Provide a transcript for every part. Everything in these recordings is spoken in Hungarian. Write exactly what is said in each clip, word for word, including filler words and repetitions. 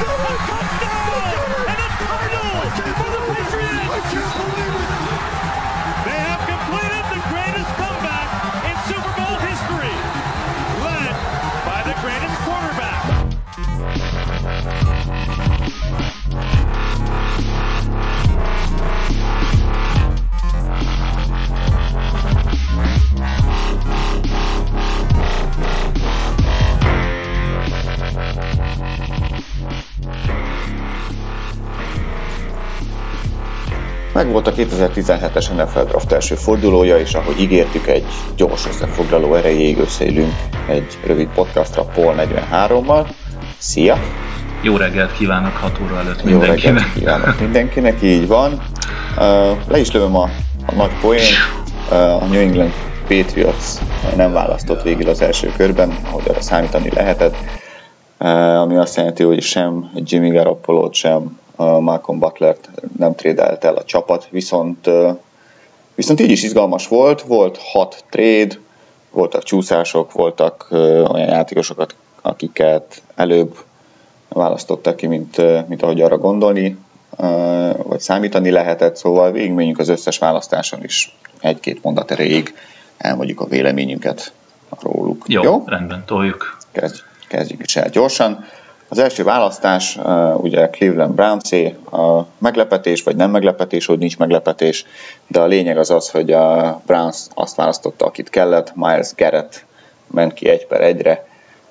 Megvolt a kétezer-tizenhetes en ef el Draft első fordulója, és ahogy ígértük, egy gyors összefoglaló erejéig összeülünk egy rövid podcastra Paul negyvenhárommal. Szia! Jó reggelt kívánok hat óra előtt mindenkinek! Jó reggelt kívánok mindenkinek, így van. Uh, le is lövöm a, a nagy poén. Uh, a New England Patriots nem választott végül az első körben, ahogy arra számítani lehetett. Uh, ami azt jelenti, hogy sem Jimmy Garoppolót, sem Malcolm Butlert nem trédelt el a csapat, viszont, viszont így is izgalmas volt, volt hat trade, voltak csúszások, voltak olyan játékosokat, akiket előbb választottak ki, mint, mint ahogy arra gondolni, vagy számítani lehetett, szóval végigmenjünk az összes választáson is egy-két mondat erejéig, elmondjuk a véleményünket róluk. Jó, Jó? rendben, toljuk. Kezd, kezdjük is el gyorsan. Az első választás, uh, ugye Cleveland Brownsé, a meglepetés, vagy nem meglepetés, hogy nincs meglepetés, de a lényeg az az, hogy a Browns azt választotta, akit kellett, Myles Garrett ment ki egy per egyre.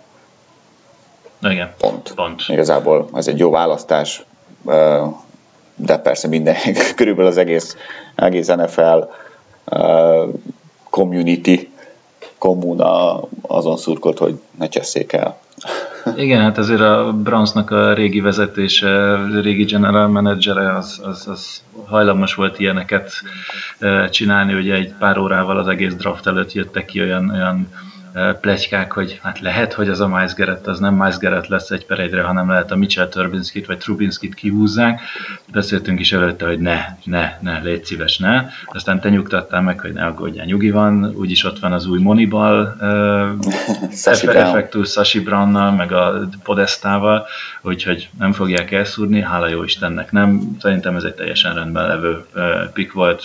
Igen, pont. pont. Igazából ez egy jó választás, uh, de persze minden, körülbelül az egész, egész en ef el uh, community, kommuna azon szurkolt, hogy ne csesszék el. Igen, hát azért a Brownsnak a régi vezetése, régi general managere az, az, az hajlamos volt ilyeneket csinálni, ugye egy pár órával az egész draft előtt jöttek ki olyan, olyan pletykák, hogy hát lehet, hogy az a Myles Garrett az nem Myles Garrett lesz egy per egyre, hanem lehet a Mitchell Trubiskyt vagy Trubiskyt kihúzzák. Beszéltünk is előtte, hogy ne, ne, ne, légy szíves, ne. Aztán te nyugtattál meg, hogy ne aggódjál, nyugi van, úgyis ott van az új Moneyball uh, effektus Sashi Brownnal, meg a Podestával, úgyhogy nem fogják elszúrni, hála jó Istennek nem. Szerintem ez egy teljesen rendben levő uh, pick volt,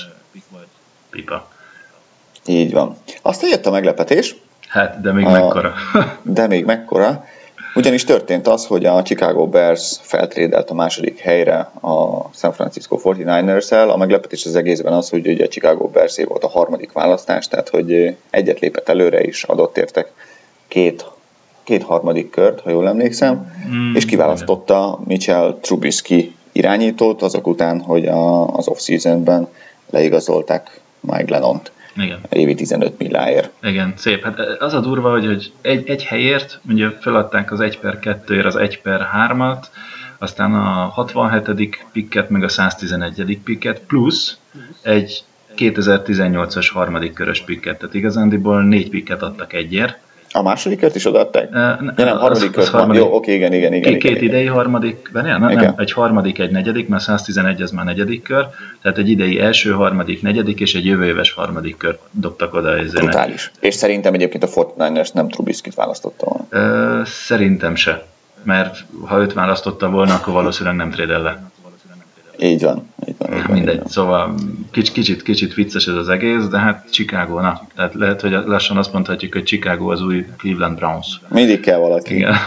pipa. Így van. Aztán jött a meglepetés. Hát, de még a, mekkora. De még mekkora. Ugyanis történt az, hogy a Chicago Bears feltrédelt a második helyre a San Francisco negyvenkilencessel. A meglepetés az egészben az, hogy ugye a Chicago Bearsé volt a harmadik választás, tehát hogy egyet lépett előre is, adott értek két, két harmadik kört, ha jól emlékszem, mm, és kiválasztotta Mitchell Trubisky irányítót, azok után, hogy a, az off-seasonben leigazolták Mike Glennont. Igen. Évi tizenöt milliáért. Igen, szép. Hát az a durva, hogy, hogy egy, egy helyért, ugye feladták az egy per kettőért az egy per hármat, aztán a hatvanhetedik pikket, meg a száztizenegyedik pikket, plusz egy kétezer-tizennyolcas harmadik körös pikket, tehát igazándiból négy pikket adtak egyért. A másodikért is odaadták? Uh, ja, nem, harmadik kört van. Jó, oké, igen, igen, igen. Két igen, idei igen. harmadik, nem, nem, nem, egy harmadik, egy negyedik, mert száztizenegy az már negyedik kör, tehát egy idei első, harmadik, negyedik, és egy jövő éves harmadik kör dobtak oda. Brutális. És szerintem egyébként a negyvenkilencesek nem Trubiskyt választotta volna. Uh, szerintem se, mert ha őt választotta volna, akkor valószínűleg nem trédel le. Így van. Így van, így van Mindegy, így van. Szóval kicsit, kicsit, kicsit vicces ez az egész, de hát Chicago, na. Tehát lehet, hogy lassan azt mondhatjuk, hogy Chicago az új Cleveland Browns. Mindig kell valaki. Igen.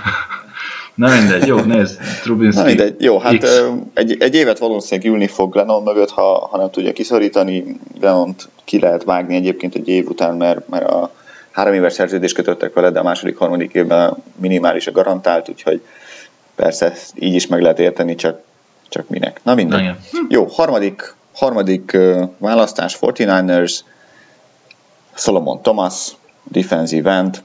Na mindegy, jó, nézd, Trubisky. Na mindegy, jó, hát egy, egy évet valószínűleg ülni fog Glennon mögött, ha, ha nem tudja kiszorítani. Glennont ki lehet vágni egyébként egy év után, mert, mert a három éves szerződést kötöttek vele, de a második, harmadik évben minimális a garantált, úgyhogy persze így is meg lehet érteni, csak Csak minek. Na mindegy. Na, jó, harmadik, harmadik uh, választás, negyvenkilencesek, Solomon Thomas, defensive end.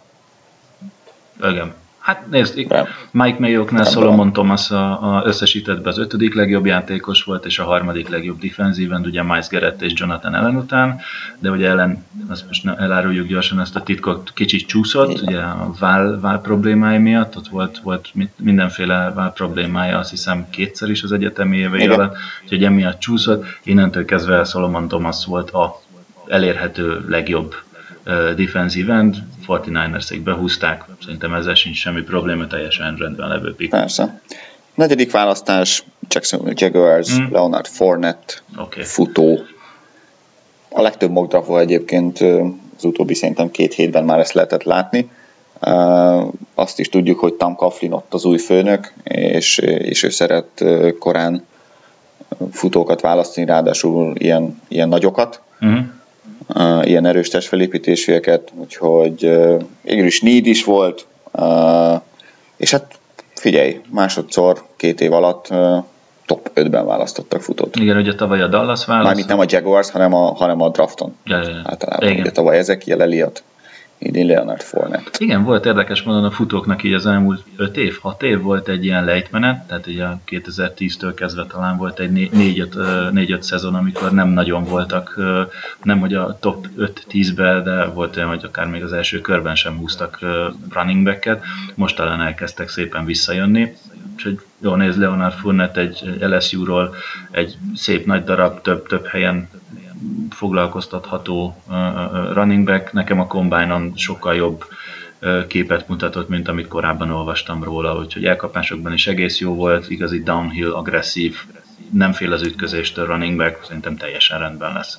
Igen. Hát nézd, Mike Mayoknál Solomon Thomas a, a összesítettben az ötödik legjobb játékos volt, és a harmadik legjobb defensive end, ugye Myles Garrett és Jonathan Allen után, de ugye Allen, azt most eláruljuk gyorsan ezt a titkot, kicsit csúszott, ugye a vál, vál problémái miatt, ott volt, volt mindenféle vál problémája, azt hiszem kétszer is az egyetemi évei alatt, úgyhogy emiatt csúszott, innentől kezdve Solomon Thomas volt a elérhető legjobb Uh, defensive end, negyvenkilencesek behúzták, szerintem ezzel sincs semmi probléma, teljesen rendben levő pick. Persze. Negyedik választás, Jacksonville Jaguars, mm. Leonard Fournette, okay. futó. A legtöbb mock draftból egyébként az utóbbi szerintem két hétben már ezt lehetett látni. Azt is tudjuk, hogy Tom Coughlin ott az új főnök, és, és ő szeret korán futókat választani, ráadásul ilyen, ilyen nagyokat, uh-huh. ilyen erős testfelépítésűeket, úgyhogy végül is need is volt, és hát figyelj, másodszor két év alatt top ötben választottak futót. Igen, ugye tavaly a Dallas választ. Mármint nem a Jaguars, hanem a, hanem a drafton. Ja, ja, ja. Általában. Igen. Ugye tavaly Ezekiel Elliott, idén Leonard Fournette. Igen, volt érdekes módon a futóknak így az elmúlt öt év, hat év volt egy ilyen lejtmenet, tehát ugye kétezer-tíztől kezdve talán volt egy négy-öt szezon, amikor nem nagyon voltak, nem hogy a top öt-tízbe, de volt olyan, hogy akár még az első körben sem húztak running backet, most talán elkezdtek szépen visszajönni. Úgyhogy jól néz, Leonard Fournette egy el es u-ról egy szép nagy darab, több, több helyen foglalkoztatható running back. Nekem a Combine-on sokkal jobb képet mutatott, mint amit korábban olvastam róla, úgyhogy elkapásokban is egész jó volt, igazi downhill, agresszív, nem fél az ütközéstől running back, szerintem teljesen rendben lesz.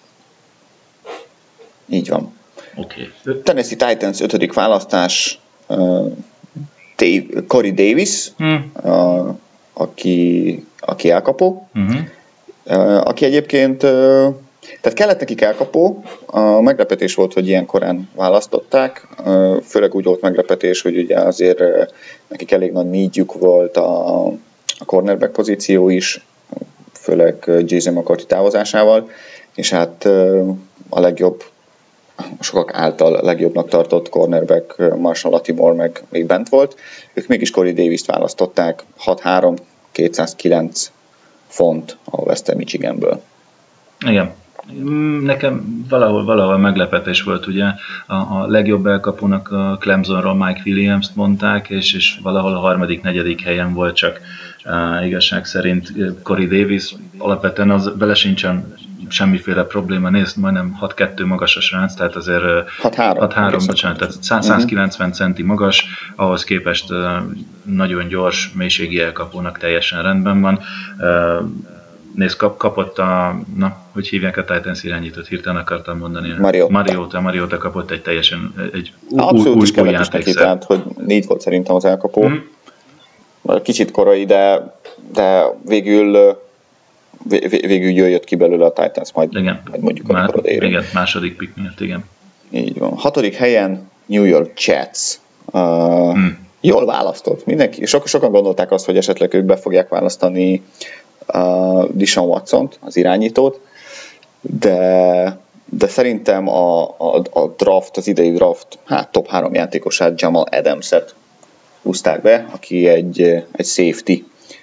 Így van. Okay. Tennessee Titans ötödik választás, uh, Dave, Corey Davis, hmm. uh, aki, aki elkapó, uh-huh. uh, aki egyébként, uh, tehát kellett nekik elkapó, a meglepetés volt, hogy ilyen korán választották, uh, főleg úgy volt meglepetés, hogy ugye azért uh, nekik elég nagy needjük volt a, a cornerback pozíció is, főleg Jason McCourty távozásával, és hát uh, a legjobb, sokak által legjobbnak tartott cornerback Marshall Latimore meg még bent volt. Ők mégis Corey Davis-t választották, hat három kétszázkilenc font a Western Michiganből. Igen. Nekem valahol, valahol meglepetés volt, ugye a, a legjobb elkapónak a Clemsonról Mike Williams-t mondták, és, és valahol a harmadik, negyedik helyen volt csak uh, igazság szerint Corey Davis. Alapvetően az vele sincsen semmiféle probléma, nézd, majdnem hat kettő magas a srác, tehát azért hat három, bocsánat, tehát százkilencven centi magas, ahhoz képest nagyon gyors, mélységi elkapónak teljesen rendben van. Nézd, kap, kapott a, na, hogy hívják a Titans irányítót, hirtelen akartam mondani. Mariota. Mariota, Mariota kapott egy teljesen, egy abszolút új, új, új játékszer. Tehát, hogy négy volt szerintem az elkapó. Mm. Kicsit korai, de, de végül végül jött ki belőle a Titans, majd, igen. majd mondjuk Már, amikor odaérünk. Igen, második pick miatt, igen. Így van. Hatodik helyen New York Jets. Uh, hmm. Jól választott. Mindenki, so, sokan gondolták azt, hogy esetleg ők be fogják választani uh, Deshaun Watsont, az irányítót, de, de szerintem a, a, a draft, az idei draft, hát top három játékosát, Jamal Adams-et húzták be, aki egy, egy safety.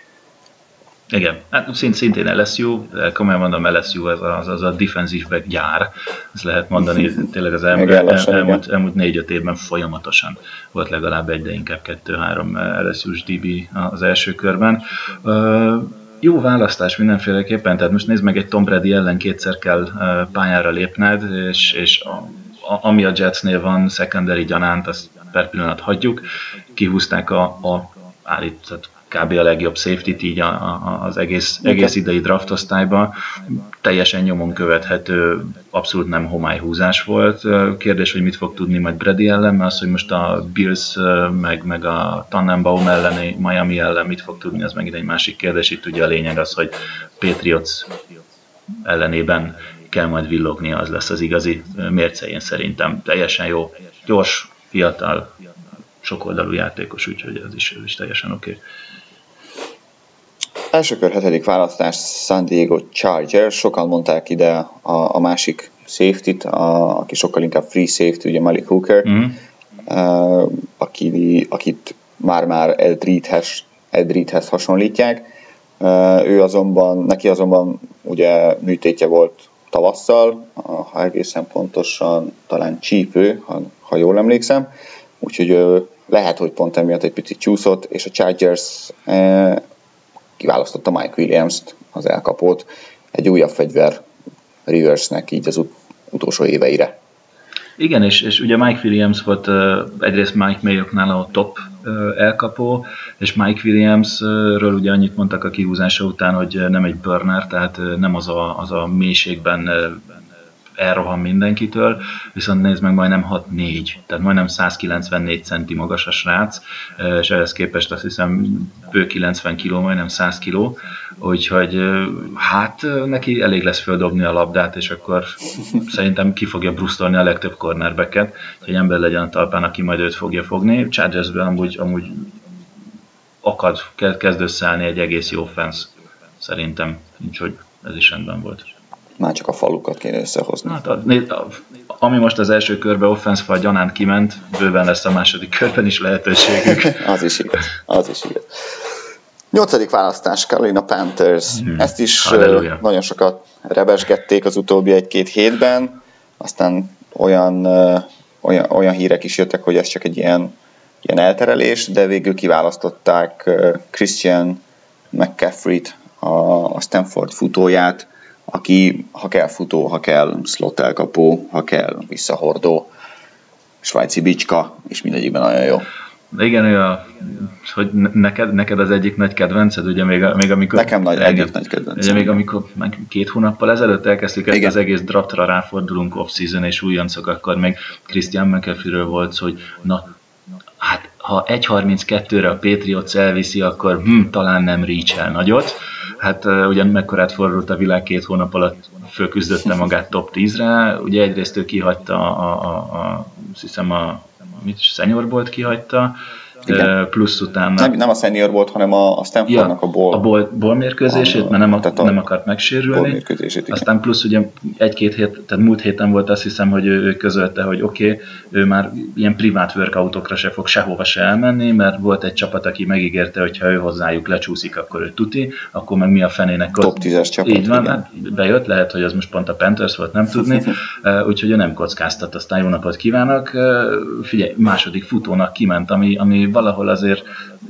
Igen, hát szintén el es u, komolyan mondom, el es u az a, az a defensive back gyár, ezt lehet mondani, tényleg az elmúlt, el, elmúlt, elmúlt négy-öt évben folyamatosan volt legalább egy, de inkább kettő-három el es u-s dé bé az első körben. Uh, jó választás mindenféleképpen, tehát most nézd meg, egy Tom Brady ellen kétszer kell uh, pályára lépned, és, és a, a, ami a Jetsnél van, secondary gyanánt, azt per pillanat hagyjuk, kihúzták a, a állított kb. A legjobb safety-t így a, a, az egész, egész idei draftosztályban. Teljesen nyomon követhető, abszolút nem homályhúzás volt. Kérdés, hogy mit fog tudni majd Brady ellen, mert az, hogy most a Bills meg, meg a Tannenbaum elleni Miami ellen mit fog tudni, az megint egy másik kérdés. Itt ugye a lényeg az, hogy Patriots ellenében kell majd villognia, az lesz az igazi mércején szerintem. Teljesen jó, gyors, fiatal, sokoldalú játékos, úgyhogy ez is, ez is teljesen oké. Okay. Első kör hetedik választás San Diego Chargers, sokan mondták ide a, a másik safety-t, a, aki sokkal inkább free safety, ugye Malik Hooker, mm. uh, aki, akit már-már Ed Reedhez, Ed Reedhez hasonlítják. Uh, ő azonban, neki azonban ugye műtétje volt tavasszal, ha egészen pontosan talán csípő, ha, ha jól emlékszem, úgyhogy uh, lehet, hogy pont emiatt egy picit csúszott, és a Chargers uh, kiválasztotta Mike Williams-t, az elkapót, egy újabb fegyver Riversnek így az ut- utolsó éveire. Igen, és, és ugye Mike Williams volt uh, egyrészt Mike Mayocknál a top uh, elkapó, és Mike Williamsről ugye annyit mondtak a kihúzása után, hogy nem egy burner, tehát uh, nem az a, az a mélységben uh, elrohan mindenkitől, viszont nézd meg, majdnem hat négy, tehát majdnem százkilencvennégy centi magas a srác, és ehhez képest azt hiszem bő kilencven kiló, majdnem száz kiló, úgyhogy hát neki elég lesz földobni a labdát, és akkor szerintem ki fogja brusztolni a legtöbb cornerbacket, hogy ember legyen a talpán, aki majd őt fogja fogni. Chargersben amúgy, amúgy akad, kezd összeállni egy egész jó offense, szerintem, úgyhogy ez is rendben volt. Már csak a falukat kéne összehozni. Hát, a, a, ami most az első körbe offense fal gyanánt kiment, bőven lesz a második körben is lehetőségük. Az is igaz, az is igaz. Nyolcadik választás, Carolina Panthers. Hmm. Ezt is Halleluja. Nagyon sokat rebesgették az utóbbi egy-két hétben, aztán olyan, olyan, olyan hírek is jöttek, hogy ez csak egy ilyen, ilyen elterelés, de végül kiválasztották Christian McCaffrey-t, a, a Stanford futóját, aki ha kell futó, ha kell slot elkapó, ha kell visszahordó, svájci bicska, és mindegyikben nagyon jó. De igen, ő a, hogy neked, neked az egyik nagy kedvenced, ugye még, még amikor... Nekem nagy, egyik nagy kedvenced. Ugye még amikor két hónappal ezelőtt elkezdtük ezt az egész draftra ráfordulunk off-season és újoncok, akkor még Christian McCaffreyről volt, hogy na, hát ha egy harminckettőre a Patriots elviszi, akkor hm, talán nem reach-el nagyot. Hát uh, ugyan mekkorát fordult a világ két hónap alatt, fölküzdötte magát top tízre, ugye egyrészt ő kihagyta a, a, a azt hiszem a mit, Senior Bowl-t kihagyta, igen. Plusz utána... Nem, nem a Senior volt, hanem a, a Stanfordnak ja, a Bowl. A Bowl, bowl mérkőzését, mert nem, a, a, nem akart megsérülni. Aztán plusz ugye egy-két hét, tehát múlt héten volt, azt hiszem, hogy ő, ő közölte, hogy oké, okay, ő már ilyen privát workoutokra se fog sehova se elmenni, mert volt egy csapat, aki megígérte, hogy ha ő hozzájuk lecsúszik, akkor ő tuti, akkor meg mi a fenének... Top tízes csapat. Így van, hát bejött, lehet, hogy az most pont a Panthers volt, nem tudni, úgyhogy ő nem kockáztat, aztán jó napot kívánok. Figyelj, második futónak kiment, ami, ami valahol azért,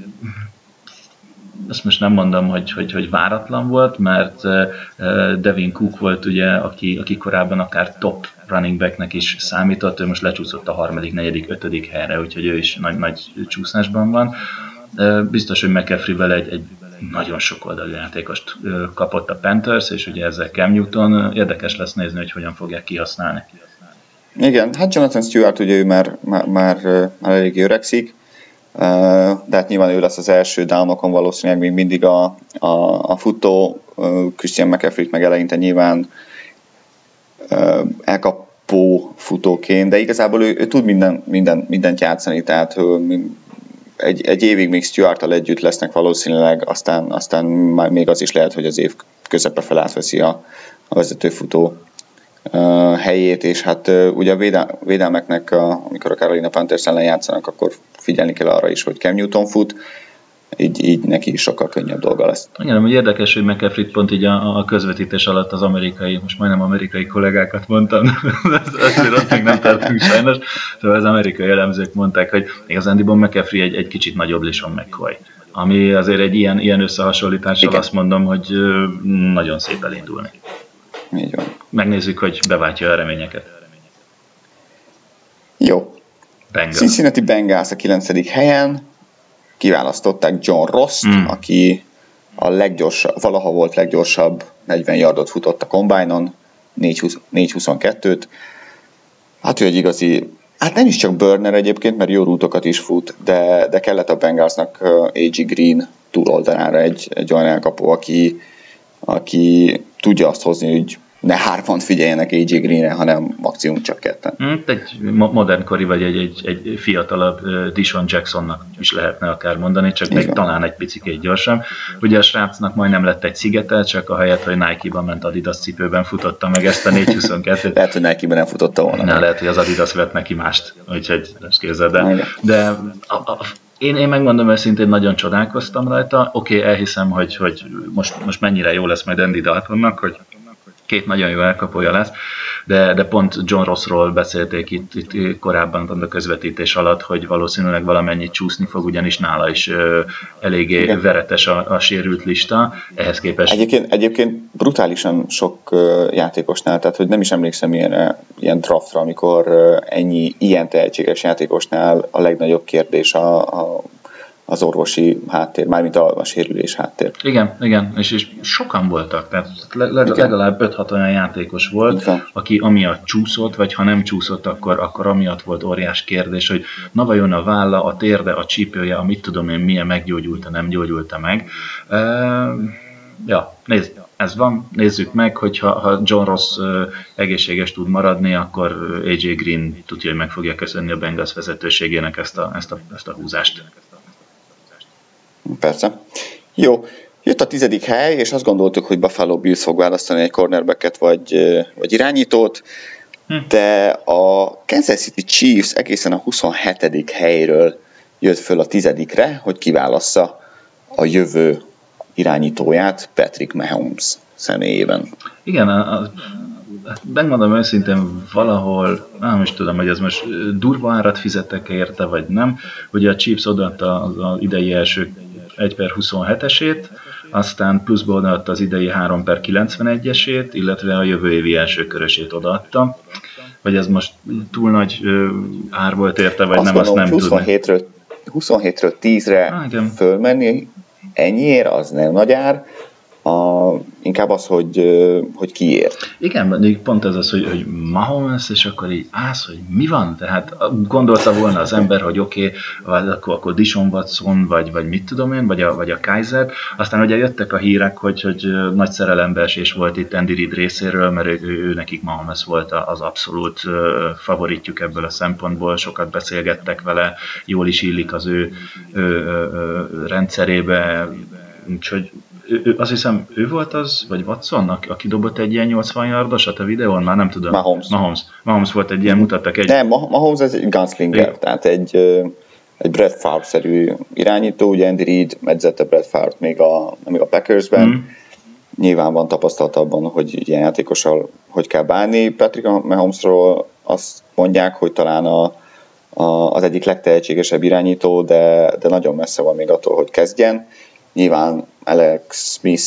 azt most nem mondom, hogy, hogy, hogy váratlan volt, mert Devin Cook volt ugye, aki, aki korábban akár top running backnek is számított, ő most lecsúszott a harmadik, negyedik, ötödik helyre, úgyhogy ő is nagy, nagy csúszásban van. Biztos, hogy McCaffrey-vel egy, egy nagyon sok oldalú játékost kapott a Panthers, és ugye ezzel Cam Newton, érdekes lesz nézni, hogy hogyan fogják kihasználni. Igen, hát Jonathan Stewart ugye ő már, már, már, már elég öregszik, de hát nyilván ő lesz az első downokon, valószínűleg még mindig a, a, a futó, Christian McCaffrey-t meg eleinte nyilván elkapó futóként, de igazából ő, ő tud minden, minden, mindent játszani, tehát egy, egy évig még Stewart-tal együtt lesznek valószínűleg, aztán, aztán már még az is lehet, hogy az év közepe fel átveszi a, a vezetőfutó Uh, helyét, és hát uh, ugye a védel- védelmeknek, uh, amikor a Carolina Panthers ellen játszanak, akkor figyelni kell arra is, hogy Cam Newton fut, így, így neki is sokkal könnyebb dolga lesz. Annyira, hogy érdekes, hogy McCaffrey pont így a, a közvetítés alatt az amerikai, most majdnem amerikai kollégákat mondtam, azért ott még nem tartunk sajnos, szóval az amerikai elemzők mondták, hogy igazándiból McCaffrey egy, egy kicsit nagyobb LeSean McCoy, ami azért egy ilyen, ilyen összehasonlítással igen. Azt mondom, hogy uh, nagyon szép elindulni. Így van. Megnézzük, hogy beváltja a reményeket. Jó. Bengals. Cincinnati Bengals a kilencedik helyen. Kiválasztották John Ross-t, mm. aki a leggyorsabb, valaha volt leggyorsabb, negyven yardot futott a combine-on, négy huszonkettőt. Hát ő egy igazi, hát nem is csak burner egyébként, mert jó rútokat is fut, de, de kellett a Bengalsnak á gé Green túloldalára egy, egy olyan elkapó, aki aki tudja azt hozni, hogy ne hárman figyeljenek á gé Greenre, hanem maximum csak ketten. Mm, egy modernkori vagy egy, egy, egy fiatalabb uh, Deshaun Jacksonnak is lehetne akár mondani, csak még talán egy picikét gyorsabb. Ugye a srácnak majdnem lett egy szigete, csak a helyet, hogy Nike-ban ment Adidas cipőben futotta meg ezt a négy huszonkettőt. Lehet, hogy Nike-ben nem futotta volna. Ne, lehet, hogy az Adidas vett neki mást, úgyhogy most képzeld el. De a, a, Én, én megmondom őszintén, nagyon csodálkoztam rajta. Oké, okay, elhiszem, hogy, hogy most, most mennyire jó lesz majd Andy Daltonnak, hogy két nagyon jó elkapója lesz, de, de pont John Rossról beszélték itt, itt korábban a közvetítés alatt, hogy valószínűleg valamennyit csúszni fog, ugyanis nála is ö, eléggé igen. veretes a, a sérült lista, ehhez képest... Egyébként, egyébként brutálisan sok uh, játékosnál, tehát hogy nem is emlékszem ilyen, ilyen draftra, amikor uh, ennyi ilyen tehetséges játékosnál a legnagyobb kérdés a, a az orvosi háttér, mármint a, a sérülés háttér. Igen, igen, és, és sokan voltak, tehát legalább öt-hat olyan játékos volt, igen. aki amiatt csúszott, vagy ha nem csúszott, akkor, akkor amiatt volt óriás kérdés, hogy na vajon a válla, a térde, a csípője, a mit tudom én, milyen meggyógyult-e, nem gyógyult-e meg. Uh, ja, nézd, ez van, nézzük meg, hogyha ha John Ross uh, egészséges tud maradni, akkor á jé Green tudja, hogy meg fogja köszönni a Bengals vezetőségének ezt a, ezt a, ezt a húzást. Persze. Jó, jött a tizedik hely, és azt gondoltuk, hogy Buffalo Bills fog választani egy cornerbacket vagy, vagy irányítót, hm. de a Kansas City Chiefs egészen a huszonhetedik helyről jött föl a tizedikre, hogy kiválassza a jövő irányítóját Patrick Mahomes személyében. Igen, a, a, megmondom őszintén, valahol, nem is tudom, hogy ez most durva árat fizettek érte, vagy nem. Ugye a Chiefs odaadta az, az idei első egy per huszonhetesét, aztán pluszból odaadta az idei három per kilencvenegyesét, illetve a jövő évi első körösét odaadta. Vagy ez most túl nagy ö, ár volt érte, vagy azt nem, mondom, azt nem huszonhétről, huszonhétről tízre ah, fölmenni, ennyiért, az nem nagy ár. A, inkább az, hogy, hogy kiért. Igen, pont ez az, hogy, hogy Mahomes, és akkor így állsz, hogy mi van? Tehát gondolta volna az ember, hogy oké, okay, akkor, akkor Deshaun Watson, vagy, vagy mit tudom én, vagy a, vagy a Kaiser. Aztán ugye jöttek a hírek, hogy, hogy nagy szerelembeesés volt itt Andy Reid részéről, mert ő, ő, ő nekik Mahomes volt az abszolút favoritjuk ebből a szempontból, sokat beszélgettek vele, jól is illik az ő, ő, ő, ő rendszerébe, úgyhogy Ő, ő, azt hiszem, ő volt az, vagy Watson, aki dobott egy ilyen nyolcvan yardosat a videón? Már nem tudom. Mahomes. Mahomes. Mahomes volt egy ilyen, mutattak egy... Nem, Mahomes ez egy gunslinger, é. tehát egy, egy Brett Favre-szerű irányító, ugye Andy Reid edzette Brett Favre-t még a, még a Packersben. Mm. Nyilván van tapasztalat abban, hogy ilyen játékossal hogy kell bánni. Patrick Mahomesról azt mondják, hogy talán a, a, az egyik legtehetségesebb irányító, de, de nagyon messze van még attól, hogy kezdjen. Nyilván Alex Smith,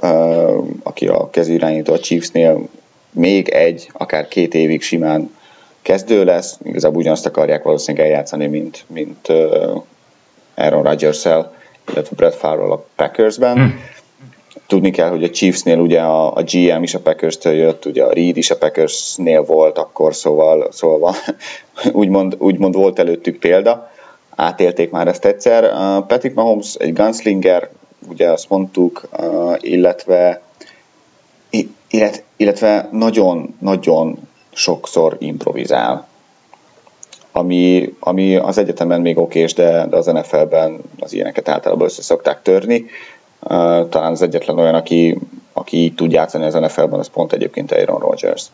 uh, aki a kezirányító a Chiefsnél, még egy, akár két évig simán kezdő lesz. Igazából ugyanazt akarják valószínűleg eljátszani, mint, mint uh, Aaron Rodgers-el, illetve Brett Favre-ral a Packersben. Hmm. Tudni kell, hogy a Chiefsnél ugye a, a gé em is a Packers-től jött, ugye a Reid is a Packersnél volt akkor, szóval, szóval úgymond, úgymond volt előttük példa. Átélték már ezt egyszer. Uh, Patrick Mahomes egy gunslinger, ugye azt mondtuk, uh, illetve, illet, illetve nagyon-nagyon sokszor improvizál. Ami, ami az egyetemen még okés, de, de az en ef el-ben az ilyeneket általában össze szokták törni. Uh, talán az egyetlen olyan, aki, aki így tud játszani az en ef el-ben, az pont egyébként Aaron Rodgers.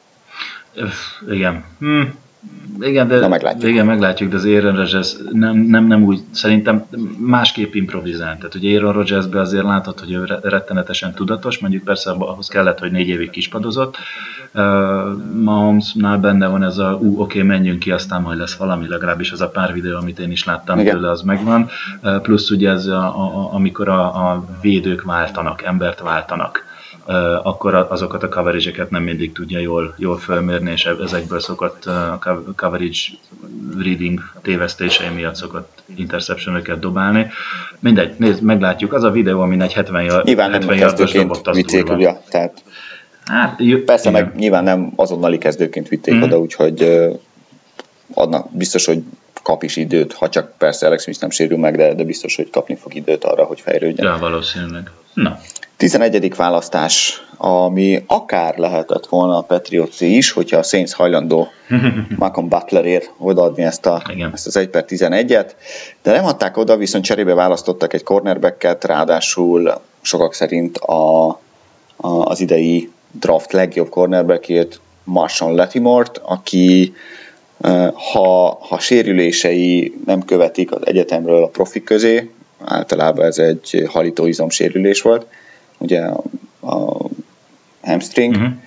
Igen. Hm. Igen, de, Na, meglátjuk. igen, meglátjuk, de az Aaron Rodgers nem, nem, nem úgy, szerintem másképp improvizál. Tehát ugye Aaron Rodgersben azért látod, hogy ő rettenetesen tudatos, mondjuk persze ahhoz kellett, hogy négy évig kispadozott. Uh, Mahomesnál benne van ez a, ú, oké, okay, menjünk ki, aztán majd lesz valami, legalábbis az a pár videó, amit én is láttam igen. tőle, az megvan. Uh, plusz ugye ez, a, a, amikor a, a védők váltanak, embert váltanak, Uh, akkor azokat a coverage-eket nem mindig tudja jól, jól felmérni, és ezekből szokott uh, coverage reading tévesztései miatt szokott interception-öket dobálni. Mindegy, nézd, meglátjuk. Az a videó, amin egy hetven yardos dobott, az vitték, ugye, tehát hát, j- persze, igen. Meg nyilván nem azonnali kezdőként vitték mm. oda, úgyhogy uh, adnak, biztos, hogy kap is időt, ha csak persze Alex Smith nem sérül meg, de, de biztos, hogy kapni fog időt arra, hogy fejlődjön. Ja, valószínűleg. Na. tizenegyedik választás, ami akár lehetett volna a Patriots is, hogyha a Saints hajlandó Malcolm Butlerért odaadni ezt, a, ezt az egy per tizenegyet, de nem adták oda, viszont cserébe választottak egy cornerbacket, ráadásul sokak szerint a, a, az idei draft legjobb cornerbackét, Marshawn Latimore-t, aki ha, ha sérülései nem követik az egyetemről a profik közé, általában ez egy halítóizom sérülés volt, ugye a, a hamstring, uh-huh.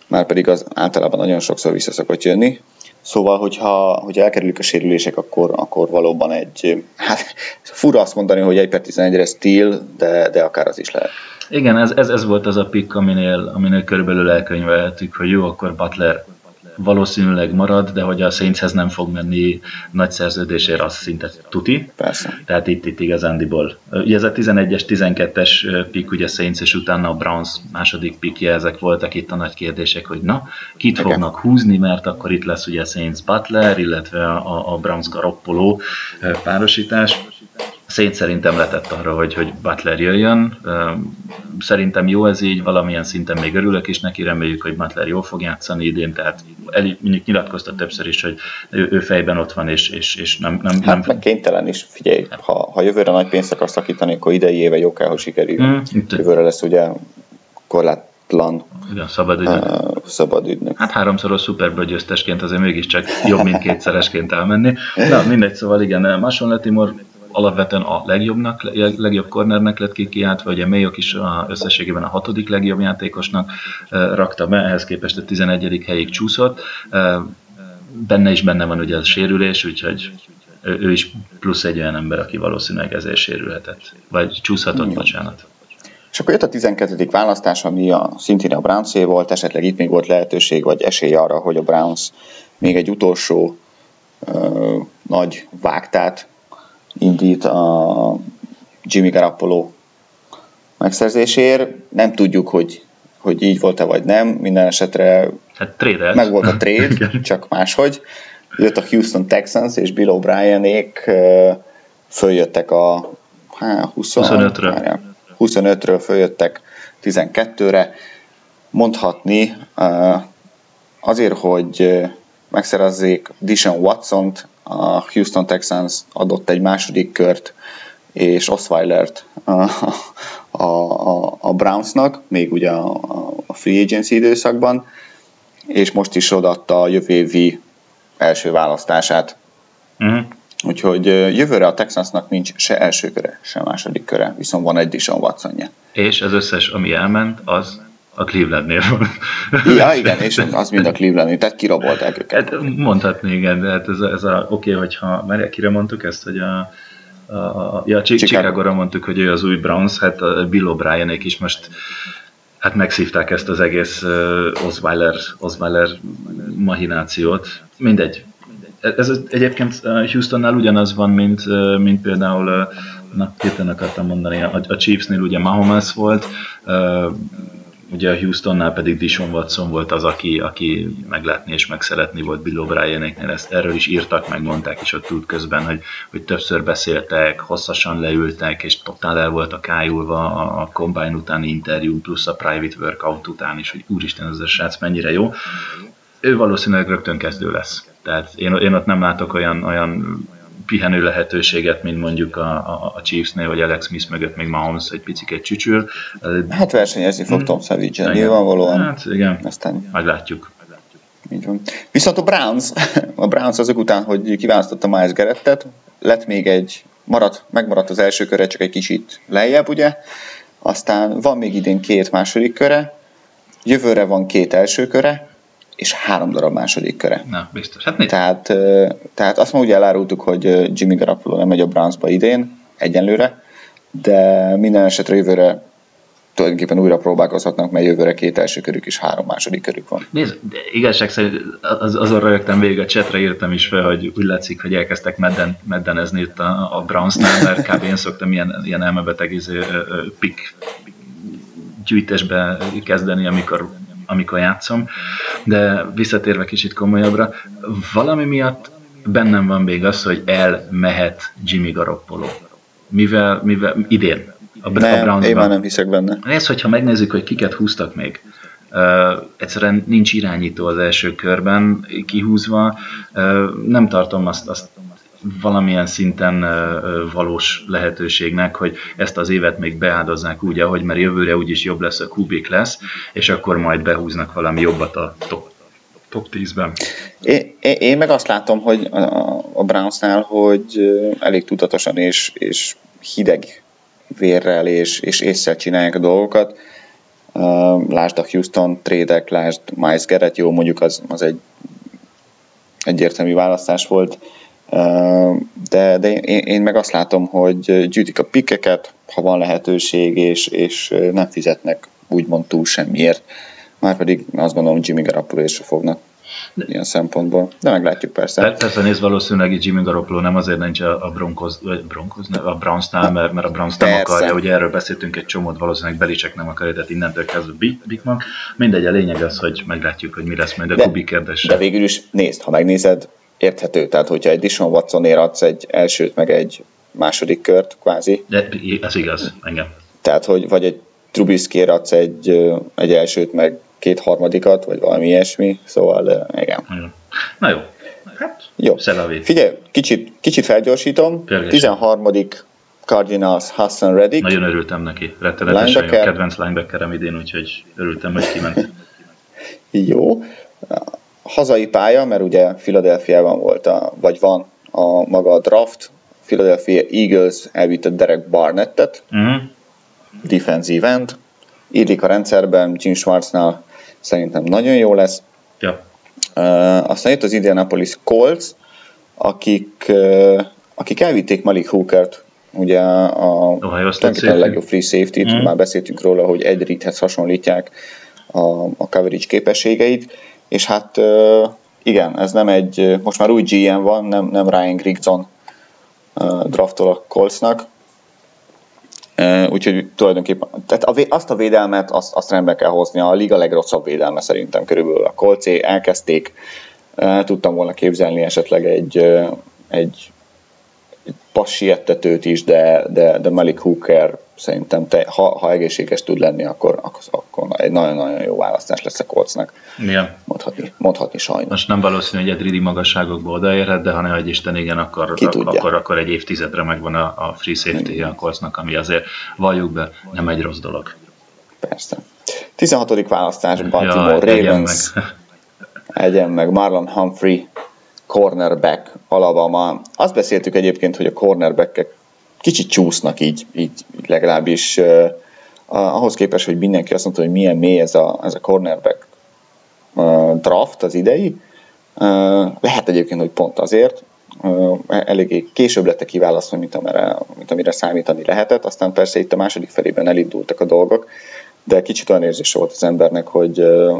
már pedig az általában nagyon sokszor vissza szokott jönni. Szóval, hogyha, hogyha elkerülik a sérülések, akkor, akkor valóban egy, hát fura azt mondani, hogy egy per tizenegyre steal, de, de akár az is lehet. Igen, ez, ez, ez volt az a pick, aminél, aminél körülbelül elkönyvelhetük, hogy jó, akkor Butler valószínűleg marad, de hogy a Saintshez nem fog menni nagy szerződésért, az szinte tuti. Persze. Tehát itt, itt igazándiból. Ugye ez a tizenegyes, tizenkettes pick, ugye Saints és utána a Browns második pickje, ezek voltak itt a nagy kérdések, hogy na, kit okay. fognak húzni, mert akkor itt lesz ugye Saints Butler, illetve a, a Browns Garoppolo párosítás. Saints szerintem letett arra, hogy, hogy Butler jöjjön. Szerintem jó ez így, valamilyen szinten még örülök is neki, reméljük, hogy Butler jól fog játszani idén, tehát el, mondjuk nyilatkozta többször is, hogy ő, ő fejben ott van, és, és, és nem... nem, hát nem... meg kénytelen is, figyelj, ha, ha jövőre nagy pénzt akarsz szakítani, akkor idei éve jó kell, hogy sikerül. Mm, jövőre lesz ugye korlátlan igen, szabad ügynök. Uh, szabad ügynök. Hát háromszoros Super Bowl győztesként azért mégiscsak jobb, mint kétszeresként elmenni. Na, mindegy, szóval igen, Marshawn Lattimore alapvetően a legjobbnak, legjobb cornernek lett ki kiáltva, ugye Mayock is a, összességében a hatodik legjobb játékosnak uh, rakta be, ehhez képest a tizenegyedik helyig csúszott. Uh, benne is benne van ugye a sérülés, úgyhogy ő, ő is plusz egy olyan ember, aki valószínűleg ezért sérülhetett. Vagy csúszhatott, bocsánat. És akkor jött a tizenkettedik választás, ami a, szintén a Brownsé volt, esetleg itt még volt lehetőség, vagy esély arra, hogy a Browns még egy utolsó uh, nagy vágtát indít a Jimmy Garoppolo megszerzéséért. Nem tudjuk, hogy, hogy így volt-e vagy nem. Minden esetre hát meg volt a trade, csak máshogy. Jött a Houston Texans, és Bill O'Brienék följöttek a hát, huszonötről. huszonötről följöttek tizenkettőre. Mondhatni azért, hogy megszerezzék Deshaun Watsont, a Houston Texans adott egy második kört, és Osweilert a, a, a, a Brownsnak, még ugye a, a free agency időszakban, és most is odaadta a jövő évi első választását. Uh-huh. Úgyhogy jövőre a Texansnak nincs se első köre, se második köre, viszont van egy Deshaun Watsonja. És az összes, ami elment, az a Clevelandnél van. Ja, igen, és az mind a Clevelandnél, tehát kirabolták őket. Hát mondhatni, igen, de hát ez a, ez a oké, okay, hogyha, már kire mondtuk ezt, hogy a, a, a ja, Chicago-ra mondtuk, hogy ő az új Browns, hát a Bill O'Brienék is most hát megszívták ezt az egész uh, Osweiler, Osweiler mahinációt. Mindegy. Ez egyébként Houstonnál ugyanaz van, mint, mint például, na, hirtelen akartam mondani, a, a Chiefsnél ugye Mahomes volt, uh, ugye a Houstonnál pedig Deshaun Watson volt az, aki, aki meglátni és megszeretni volt Bill O'Brienéknél. Ezt erről is írtak, megmondták is ott út közben, hogy, hogy többször beszéltek, hosszasan leültek, és totál el volt a kájulva a, a Combine utáni interjú, plusz a private workout után is, hogy úristen, ez a srác mennyire jó. Ő valószínűleg rögtön kezdő lesz. Tehát én, én ott nem látok olyan, olyan pihenő lehetőséget, mint mondjuk a, a, a Chiefsnél, vagy Alex Smith mögött még Mahomes egy picikét csücsül. Hát versenyezni fog Tom Savage-en, nyilvánvalóan. Hát igen, aztán majd látjuk. Így van. Viszont a Browns, a Browns azok után, hogy kiválasztotta Myles Garrettet, lett még egy, maradt, megmaradt az első köre, csak egy kicsit lejjebb, ugye? Aztán van még idén két második köre, jövőre van két első köre, és három darab második köre. Na, biztos. Hát tehát, tehát azt már ugye elárultuk, hogy Jimmy Garoppolo nem megy a Brownsba idén, egyenlőre, de minden esetre jövőre tulajdonképpen újra próbálkozhatnak, mert jövőre két első körük és három második körük van. Nézd, de igazság szerint az, azon rögtem végig, a chatre írtam is fel, hogy úgy látszik, hogy elkezdtek medden, meddenezni itt a, a Brownsnál, mert kb. Én szoktam ilyen, ilyen elmebeteg izé, pick gyűjtésbe kezdeni, amikor amikor játszom, de visszatérve kicsit komolyabbra, valami miatt bennem van még az, hogy elmehet Jimmy Garoppolo. Mivel, mivel idén a, nem, a Brownsban. Én már nem hiszek benne. Ez, hogyha megnézzük, hogy kiket húztak még. Uh, egyszerűen nincs irányító az első körben kihúzva. Uh, nem tartom azt, azt valamilyen szinten uh, valós lehetőségnek, hogy ezt az évet még beáldozzák úgy, ahogy mert jövőre úgyis jobb lesz, a Kubik lesz, és akkor majd behúznak valami jobbat a top, top tízben. Én, én meg azt látom, hogy a, a Brownsnál, hogy elég tudatosan és, és hideg vérrel és, és ésszel csinálják a dolgokat. Lásd a Houston trédek, lásd Myles Garrett, jó, mondjuk az, az egy egyértelmű választás volt, de, de én, én meg azt látom, hogy gyűjtik a pikkeket, ha van lehetőség, és, és nem fizetnek úgymond túl semmiért. Márpedig azt gondolom, Jimmy Garoppolo is fognak ilyen szempontból. De meglátjuk persze. Persze nézd, valószínűleg Jimmy Garoppolo nem azért nincs a Broncos, Broncos a Brownsnál, mert, mert a Browns nem persze. akarja, ugye erről beszéltünk egy csomót, valószínűleg Belichick nem akarja, tehát innentől kezdve Big Mac. Mindegy, a lényeg az, hogy meglátjuk, hogy mi lesz majd a de, Kubi kérdése. De végül is nézd, ha megnézed, érthető. Tehát, hogyha egy Deshaun Watsonért adsz egy elsőt, meg egy második kört, kvázi. De ez igaz, engem. Tehát, hogy vagy egy Trubiskyért adsz egy, egy elsőt, meg két harmadikat, vagy valami ilyesmi, szóval igen. igen. Na jó, hát jó. Szelavé. Figyelj, kicsit, kicsit felgyorsítom. Pörgésen. tizenharmadik Cardinals Hassan Reddick. Nagyon örültem neki, rettenetesen jó kedvenc linebackerem idén, úgyhogy örültem, hogy kiment. Jó. Hazai pálya, mert ugye Philadelphiában volt, a, vagy van a maga a draft. Philadelphia Eagles elvitte Derek Barnettet, uh-huh. defensive end. Illik a rendszerben, Jim Schwartznál szerintem nagyon jó lesz. Ja. Uh, aztán jött az Indianapolis Colts, akik, uh, akik elvitték Malik Hookert, ugye a, a legjobb free safety-t, uh-huh. már beszéltünk róla, hogy egy Reedhez hasonlítják a, a coverage képességeit, és hát uh, igen, ez nem egy, most már új gé em van, nem, nem Ryan Grigson uh, draftol a Coltsnak, uh, úgyhogy tulajdonképpen tehát a, azt a védelmet, azt, azt rendbe kell hozni, a liga legrosszabb védelme szerintem körülbelül a Coltsé, elkezdték, uh, tudtam volna képzelni esetleg egy, uh, egy, egy passiettetőt is, de, de, de Malik Hooker szerintem, te, ha, ha egészséges tud lenni, akkor, akkor egy nagyon-nagyon jó választás lesz a Coltsnak. Igen. Mondhatni, mondhatni sajnos. Most nem valószínű, hogy Edridi magasságokba odaérhet, de ha ne egy Isten igen, akkor, akkor, akkor egy évtizedre megvan a, a free safety a Coltsnak, ami azért valljuk be, nem egy rossz dolog. Persze. tizenhatodik választás Baltimore ja, Ravens. Egyen meg. egyen meg Marlon Humphrey, cornerback, Alabama. Azt beszéltük egyébként, hogy a cornerbackek kicsit csúsznak így, így legalábbis uh, ahhoz képest, hogy mindenki azt mondta, hogy milyen mély ez a, ez a cornerback uh, draft az idei. Uh, lehet egyébként, hogy pont azért. Uh, eléggé később lettek kiválasztva, mint amire, mint amire számítani lehetett. Aztán persze itt a második felében elindultak a dolgok, de kicsit olyan érzése volt az embernek, hogy, uh,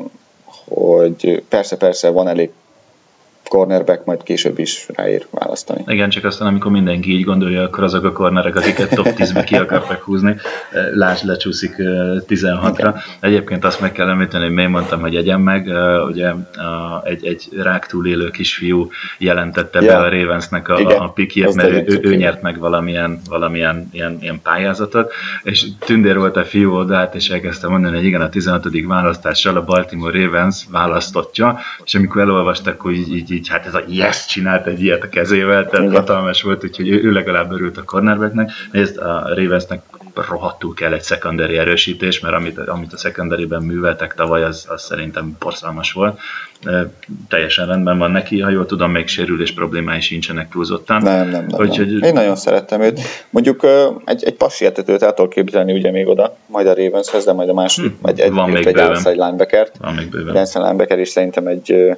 hogy persze-persze van elég cornerback, majd később is ráér választani. Igen, csak aztán amikor mindenki így gondolja, akkor azok a cornerek, akiket top tízbe ki akartak húzni, lásd, lecsúszik tizenhatra. Okay. Egyébként azt meg kell említeni, hogy még mondtam, hogy egyen meg, ugye egy, egy rák túlélő kisfiú jelentette yeah. be a Ravensnek a, a pikjét, mert ő, ő, ő nyert meg valamilyen, valamilyen ilyen, ilyen pályázatot, és tündér volt a fiú odát, és elkezdte mondani, hogy igen, a tizenhatodik választással a Baltimore Ravens választottja, és amikor elolvastak, hogy így, így így hát ez a yes csinált egy ilyet a kezével, tehát igen. hatalmas volt, úgyhogy ő, ő legalább örült a cornerbacknek. Nézd, a Ravensnek rohadtul kell egy secondary erősítés, mert amit, amit a secondaryben műveltek tavaly, az, az szerintem borzalmas volt. E, teljesen rendben van neki, ha jól tudom, még sérülés problémái sincsenek túlzottan. Nem, nem, nem. Úgyhogy... nem. Én nagyon szerettem őt. Mondjuk egy, egy passiettetőt el tudok képzelni ugye még oda, majd a Ravenshez, de majd a második, hm, egy, egy, van egy, egy outside linebackert. Van még bőven. linebacker is szerintem egy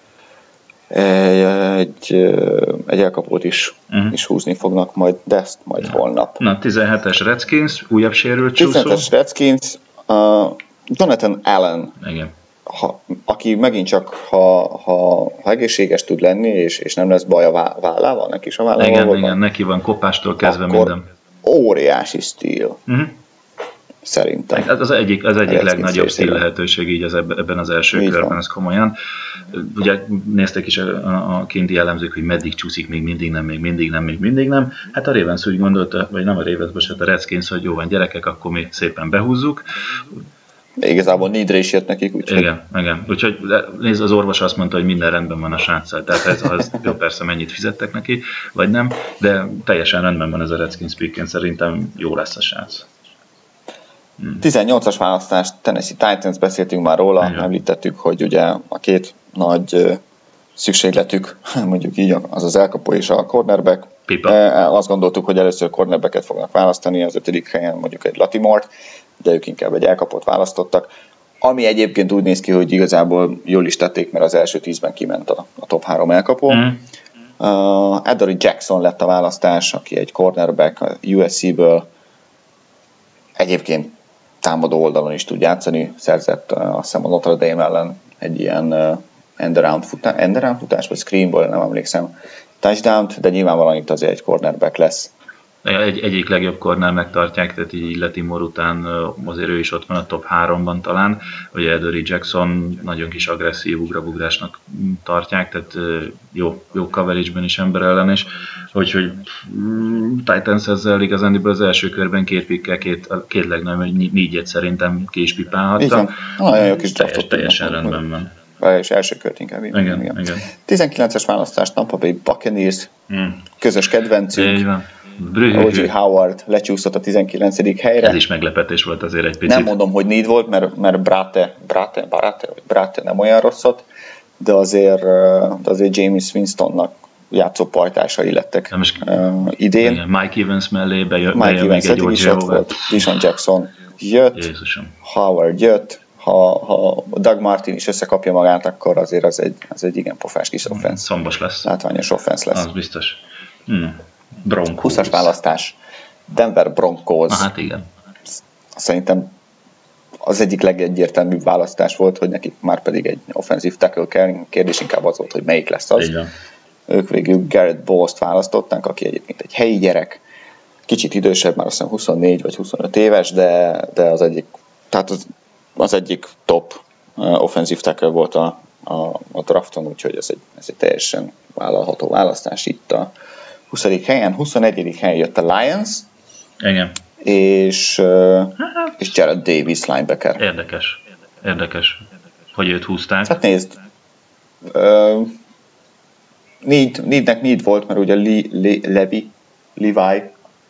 Egy, egy elkapót is, uh-huh. is húzni fognak majd, de ezt majd ja. holnap. Na, tizenhetes Redskins, újabb sérült csúszó. tizenhetes Redskins, uh, Jonathan Allen, igen. Ha, aki megint csak, ha, ha, ha egészséges tud lenni, és, és nem lesz baj a vállával, neki is a vállával. Igen, igen, van, neki van kopástól kezdve minden. Óriási stíl. Uh-huh. Szerintem. Ez az egyik, az egyik legnagyobb stíl lehetőség így az ebben az első így körben, van. Ez komolyan. Ugye nézték is a, a kinti elemzők, hogy meddig csúszik, még mindig nem, még mindig nem, még mindig nem. Hát a Ravens úgy gondolta, vagy nem a Ravens, bocsánat, a Redskins, hogy jó van gyerekek, akkor mi szépen behúzzuk. De igazából needre is jött nekik, úgyhogy... Igen, igen. Úgyhogy nézd, az orvos azt mondta, hogy minden rendben van a sráccal. Tehát ez az, jó, persze mennyit fizettek neki, vagy nem, de teljesen rendben van ez a Redskins pickén, szerintem jó lesz a srác. Hmm. tizennyolcas választás, Tennessee Titans, beszéltünk már róla, igen. Említettük, hogy ugye a két nagy uh, szükségletük, mondjuk így, az az elkapó és a cornerback. Pipa. Uh, azt gondoltuk, hogy először cornerbacket fognak választani, az ötödik helyen mondjuk egy Latimore-t, de ők inkább egy elkapott választottak, ami egyébként úgy néz ki, hogy igazából jól is tették, mert az első tízben kiment a, a top három elkapó. Mm. Uh, Adoree Jackson lett a választás, aki egy cornerback a U S C-ből, egyébként támadó oldalon is tud játszani, szerzett uh, azt hiszem a Notre Dame ellen egy ilyen uh, end-around futás, end-around futás, vagy screenball, nem emlékszem, touchdown-t, de nyilvánvalóan itt azért egy cornerback lesz. Egy, egyik legjobb cornernek tartják, tehát így Latimore után azért ő is ott van a top háromban talán. Ugye Adoree Jackson nagyon kis agresszív ugrabugrásnak tartják, tehát jó, jó coverage-ben is ember ellen is. Úgyhogy Titans ezzel igazándiból az első körben két pikkel, két, két legnagyobb négyet szerintem ki is pipálhatta. Nagyon jó kis draftot. Teljes, teljesen rendben van. És első kört inkább. Igen, igen, igen. tizenkilences választás, Tampa Bay Buccaneers, hmm. közös kedvencünk. Így van. O J Howard lecsúszott a tizenkilencedik helyre. Ez is meglepetés volt azért egy picit. Nem mondom, hogy need volt, mert, mert Brate, Brate, Brate, Brate nem olyan rosszat, de azért, de azért Jameis Winstonnak játszó pajtásai lettek uh, idén. Igen, Mike Evans mellé bejön, Mike bejön Evans még egy O J Howard. Deshaun Jackson jött, Jézusom. Howard jött. Ha, ha Doug Martin is összekapja magát, akkor azért az egy, az egy igen pofás kis offense. Szombos lesz. Látványos offense lesz. Az biztos. Hmm. Broncos. húszas választás. Denver Broncos. Na, hát igen. Szerintem az egyik legegyértelműbb választás volt, hogy nekik már pedig egy offensive tackle kell. Kérdés inkább az volt, hogy melyik lesz az. Igen. Ők végül Garrett Bowles-t választották, aki egyébként egy helyi gyerek. Kicsit idősebb, már azt hiszem huszonnégy vagy huszonöt éves, de, de az egyik, tehát az, az egyik top uh, offensive tackle volt a, a, a drafton, úgyhogy ez egy, ez egy teljesen vállalható választás itt a huszadik helyen. huszonegyedik helyen jött a Lions. Igen. És, uh, és Jared Davis linebacker. Érdekes. Érdekes, hogy őt húzták. Hát nézd, uh, need, neednek need volt, mert ugye Le, Le, Levi, Levi, uh,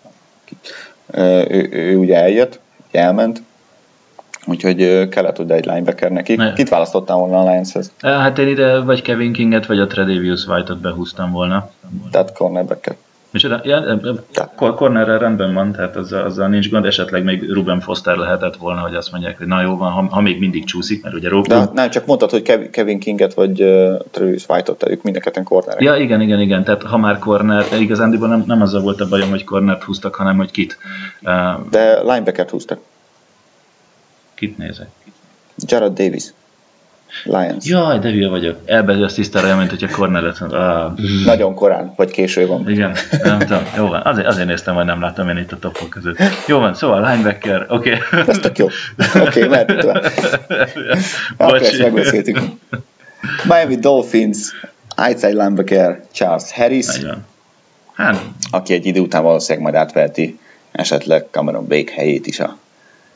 ő, ő ugye eljött, elment, úgyhogy uh, kellett oda egy linebacker nekik. Ne. Kit választottál volna a Lionshez? Hát én ide vagy Kevin Kinget, vagy a Tredavious White-ot behúztam volna. Tehát cornerbacker. Micsoda? Ja, cornerrel rendben van, tehát azzal, azzal nincs gond, esetleg még Ruben Foster lehetett volna, hogy azt mondják, hogy na jó van, ha, ha még mindig csúszik, mert ugye Ruben... De nem, csak mondtad, hogy Kevin Kinget vagy uh, Tredavious White-ot, ők mindenketten cornerek. Ja, igen, igen, igen, tehát ha már corner, igazándiból nem, nem azzal volt a bajom, hogy cornert húztak, hanem hogy kit. Uh, De linebackert húztak. Kit nézek? Jared Davis. Lions. Jaj, de hülye vagyok. Elbező azt tisztára, mint hogyha cornelet. Ah. Nagyon korán, vagy késő van. Igen, nem tudom. Jó van, azért, azért néztem, hogy nem láttam én itt a topok között. Jó van, szóval linebacker, oké. Okay. Ez tök jó. Oké, okay, mehetünk tovább. Akkor ezt megbeszéltük. Miami Dolphins, outside linebacker Charles Harris. Hát. Aki egy idő után valószínűleg majd átveheti esetleg Cameron Bake helyét is a